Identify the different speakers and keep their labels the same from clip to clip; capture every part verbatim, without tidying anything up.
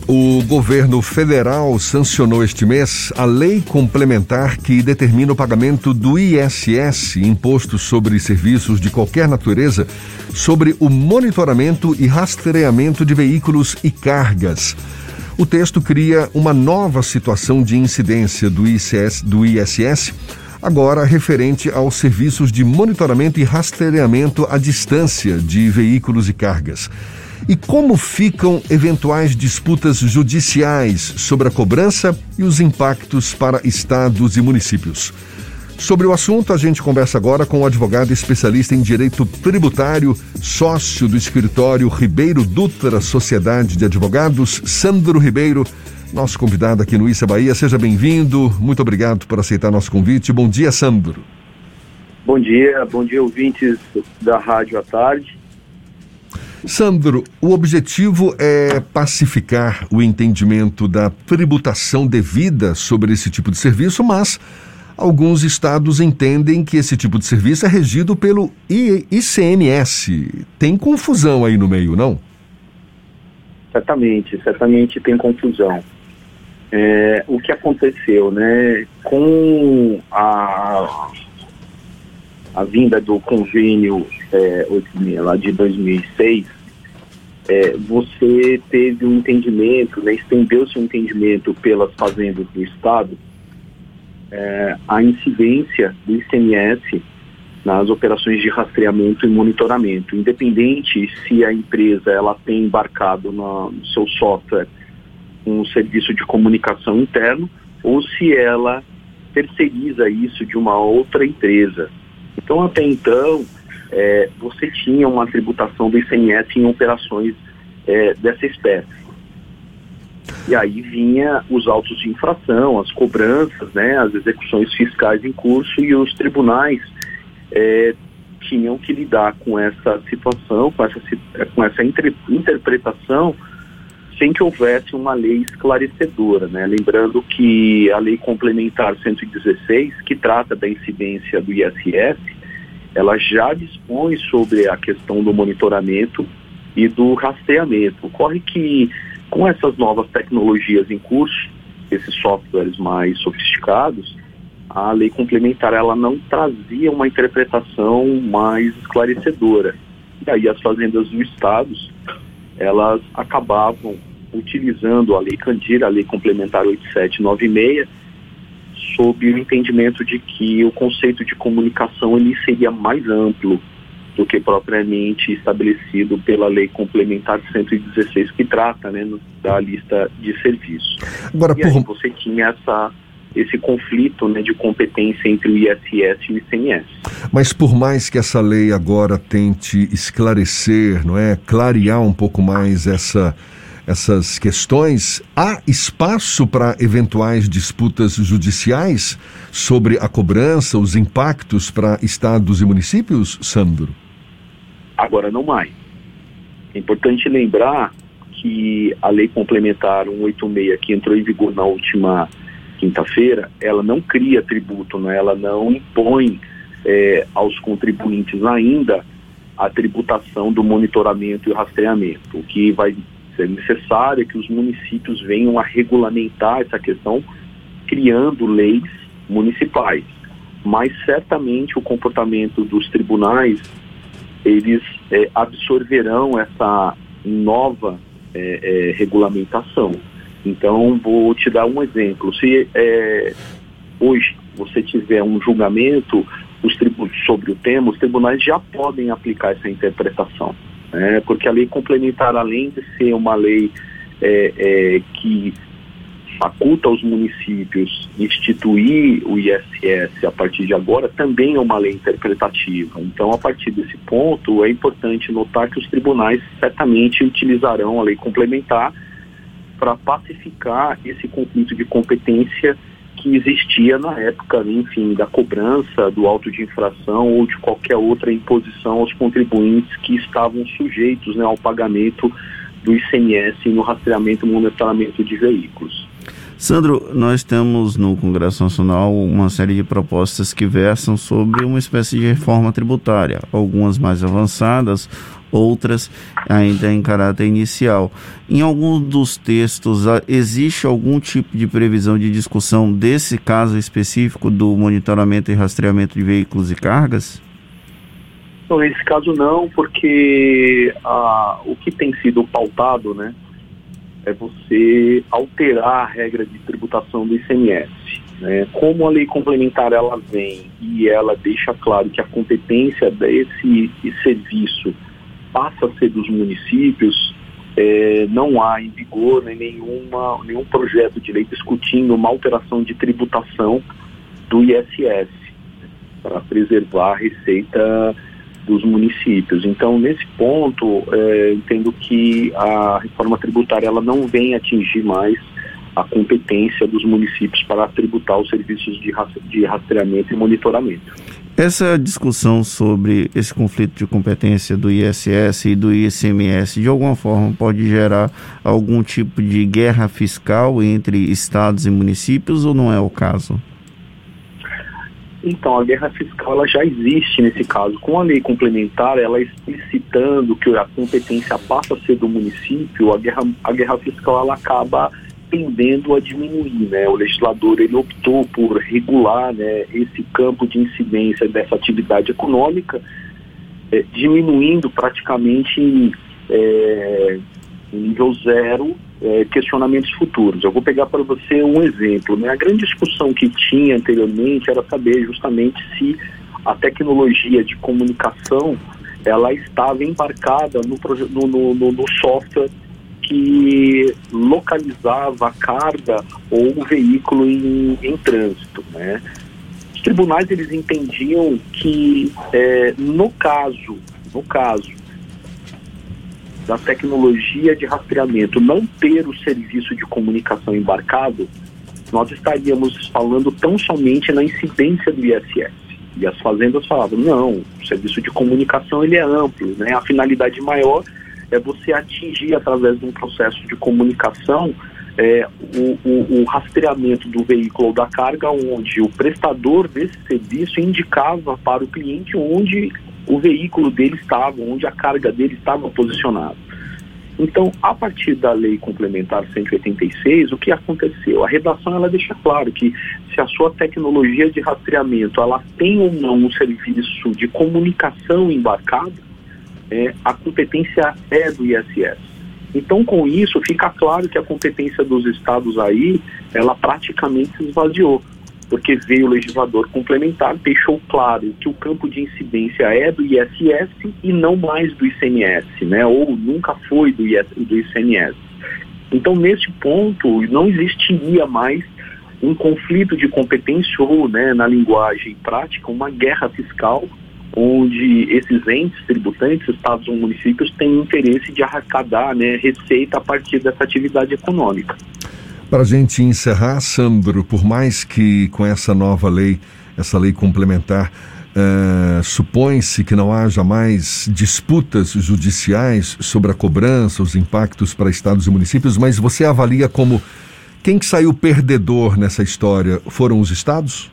Speaker 1: O governo federal sancionou este mês a lei complementar que determina o pagamento do I S S, Imposto sobre Serviços de Qualquer Natureza, sobre o monitoramento e rastreamento de veículos e cargas. O texto cria uma nova situação de incidência do I C S, do I S S, agora referente aos serviços de monitoramento e rastreamento à distância de veículos e cargas. E como ficam eventuais disputas judiciais sobre a cobrança e os impactos para estados e municípios? Sobre o assunto, a gente conversa agora com o advogado especialista em direito tributário, sócio do escritório Ribeiro Dutra Sociedade de Advogados, Sandro Ribeiro, nosso convidado aqui no Issa Bahia. Seja bem-vindo, muito obrigado por aceitar nosso convite. Bom dia, Sandro.
Speaker 2: Bom dia, bom dia, ouvintes da Rádio à Tarde.
Speaker 1: Sandro, o objetivo é pacificar o entendimento da tributação devida sobre esse tipo de serviço, mas alguns estados entendem que esse tipo de serviço é regido pelo I C M S. Tem confusão aí no meio, não?
Speaker 2: Certamente, certamente tem confusão. É, o que aconteceu, né? Com a, a vinda do convênio é, lá de dois mil e seis, é, você teve um entendimento, né, estendeu-se um entendimento pelas fazendas do Estado, é, a incidência do I C M S nas operações de rastreamento e monitoramento, independente se a empresa ela tem embarcado no, no seu software um serviço de comunicação interno ou se ela terceiriza isso de uma outra empresa. Então, até então, é, você tinha uma tributação do I C M S em operações é, dessa espécie. E aí vinha os autos de infração, as cobranças, né, as execuções fiscais em curso, e os tribunais é, tinham que lidar com essa situação, com essa, com essa inter, interpretação, sem que houvesse uma lei esclarecedora, né? Lembrando que a Lei Complementar cento e dezesseis, que trata da incidência do I S S, ela já dispõe sobre a questão do monitoramento e do rastreamento. Ocorre que, com essas novas tecnologias em curso, esses softwares mais sofisticados, a Lei Complementar ela não trazia uma interpretação mais esclarecedora. E aí as fazendas do Estado, elas acabavam utilizando a Lei Candir, a Lei Complementar oito sete nove seis, sob o entendimento de que o conceito de comunicação ele seria mais amplo do que propriamente estabelecido pela Lei Complementar cento e dezesseis, que trata, né, da lista de serviços.
Speaker 1: Agora,
Speaker 2: e
Speaker 1: por...
Speaker 2: aí você tinha essa, esse conflito, né, de competência entre o I S S e o I C M S.
Speaker 1: Mas por mais que essa lei agora tente esclarecer, não é, clarear um pouco mais essa... essas questões, há espaço para eventuais disputas judiciais sobre a cobrança, os impactos para estados e municípios, Sandro?
Speaker 2: Agora não mais. É importante lembrar que a Lei Complementar cento e oitenta e seis, que entrou em vigor na última quinta-feira, ela não cria tributo, né? Ela não impõe é, aos contribuintes ainda a tributação do monitoramento e rastreamento. O que vai é necessário que os municípios venham a regulamentar essa questão, criando leis municipais. Mas certamente o comportamento dos tribunais, eles é, absorverão essa nova é, é, regulamentação. Então, vou te dar um exemplo. Se é, hoje você tiver um julgamento os tribu- sobre o tema, os tribunais já podem aplicar essa interpretação. É, porque a Lei Complementar, além de ser uma lei é, é, que faculta aos municípios instituir o I S S a partir de agora, também é uma lei interpretativa. Então, a partir desse ponto, é importante notar que os tribunais certamente utilizarão a Lei Complementar para pacificar esse conflito de competência que existia na época, enfim, da cobrança, do auto de infração ou de qualquer outra imposição aos contribuintes que estavam sujeitos, né, ao pagamento do I C M S no rastreamento e monitoramento de veículos.
Speaker 3: Sandro, nós temos no Congresso Nacional uma série de propostas que versam sobre uma espécie de reforma tributária, algumas mais avançadas, outras ainda em caráter inicial. Em algum dos textos, existe algum tipo de previsão de discussão desse caso específico do monitoramento e rastreamento de veículos e cargas?
Speaker 2: Não, nesse caso não, porque ah, o que tem sido pautado, né, é você alterar a regra de tributação do I C M S. Né? Como a lei complementar ela vem e ela deixa claro que a competência desse serviço passa a ser dos municípios, é, não há em vigor né, nenhuma, nenhum projeto de lei discutindo uma alteração de tributação do I S S, né, para preservar a receita dos municípios. Então, nesse ponto, é, entendo que a reforma tributária ela não vem atingir mais a competência dos municípios para tributar os serviços de, de rastreamento e monitoramento.
Speaker 3: Essa discussão sobre esse conflito de competência do I S S e do I C M S, de alguma forma, pode gerar algum tipo de guerra fiscal entre estados e municípios ou não é o caso?
Speaker 2: Então, a guerra fiscal ela já existe nesse caso. Com a lei complementar, ela explicitando que a competência passa a ser do município, a guerra, a guerra fiscal ela acaba tendendo a diminuir, né? O legislador ele optou por regular, né, esse campo de incidência dessa atividade econômica, é, diminuindo praticamente em, é, em nível zero é, questionamentos futuros. Eu vou pegar para você um exemplo, né? A grande discussão que tinha anteriormente era saber justamente se a tecnologia de comunicação ela estava embarcada no, no, no, no software que localizava a carga ou o veículo em, em trânsito, né? Os tribunais eles entendiam que é, no caso, no caso da tecnologia de rastreamento não ter o serviço de comunicação embarcado, nós estaríamos falando tão somente na incidência do I S S. E as fazendas falavam, não, o serviço de comunicação ele é amplo, né? A finalidade maior é você atingir, através de um processo de comunicação, é, o, o, o rastreamento do veículo ou da carga, onde o prestador desse serviço indicava para o cliente onde o veículo dele estava, onde a carga dele estava posicionada. Então, a partir da lei complementar cento e oitenta e seis, o que aconteceu? A redação ela deixa claro que se a sua tecnologia de rastreamento ela tem ou não um serviço de comunicação embarcado, É, a competência é do I S S. Então, com isso, fica claro que a competência dos estados aí, ela praticamente se esvaziou, porque veio o legislador complementar, deixou claro que o campo de incidência é do I S S e não mais do I C M S, né? Ou nunca foi do, I S, do I C M S. Então, nesse ponto, não existiria mais um conflito de competência ou, né, na linguagem prática, uma guerra fiscal, onde esses entes tributantes, estados ou municípios, têm interesse de arrecadar, né, receita a partir dessa atividade econômica.
Speaker 1: Para a gente encerrar, Sandro, por mais que com essa nova lei, essa lei complementar, uh, supõe-se que não haja mais disputas judiciais sobre a cobrança, os impactos para estados e municípios, mas você avalia como quem que saiu perdedor nessa história? Foram os estados?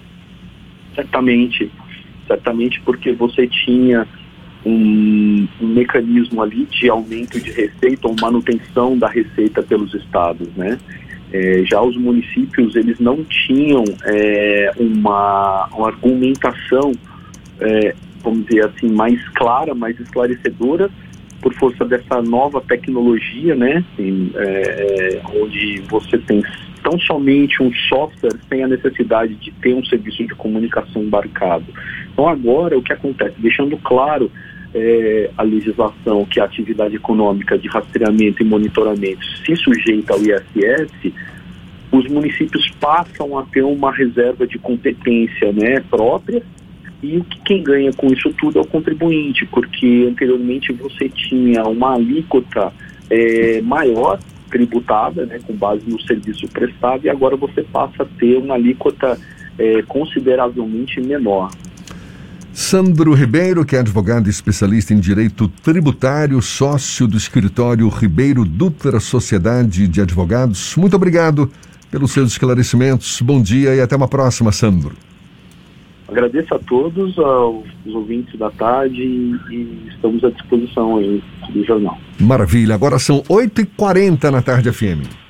Speaker 2: Certamente. Certamente porque você tinha um, um mecanismo ali de aumento de receita ou manutenção da receita pelos estados, né? É, já os municípios, eles não tinham é, uma, uma argumentação, é, vamos dizer assim, mais clara, mais esclarecedora, por força dessa nova tecnologia, né? Assim, é, onde você tem tão somente um software sem a necessidade de ter um serviço de comunicação embarcado. Então agora o que acontece? Deixando claro é, a legislação que a atividade econômica de rastreamento e monitoramento se sujeita ao I S S, os municípios passam a ter uma reserva de competência, né, própria, e quem ganha com isso tudo é o contribuinte, porque anteriormente você tinha uma alíquota é, maior tributada, né, com base no serviço prestado, e agora você passa a ter uma alíquota é, consideravelmente menor.
Speaker 1: Sandro Ribeiro, que é advogado e especialista em direito tributário, sócio do escritório Ribeiro Dutra Sociedade de Advogados. Muito obrigado pelos seus esclarecimentos. Bom dia e até uma próxima, Sandro.
Speaker 2: agradeço a todos, aos ouvintes da tarde, e, e estamos à disposição aí do jornal.
Speaker 1: Maravilha, agora são oito e quarenta na Tarde F M.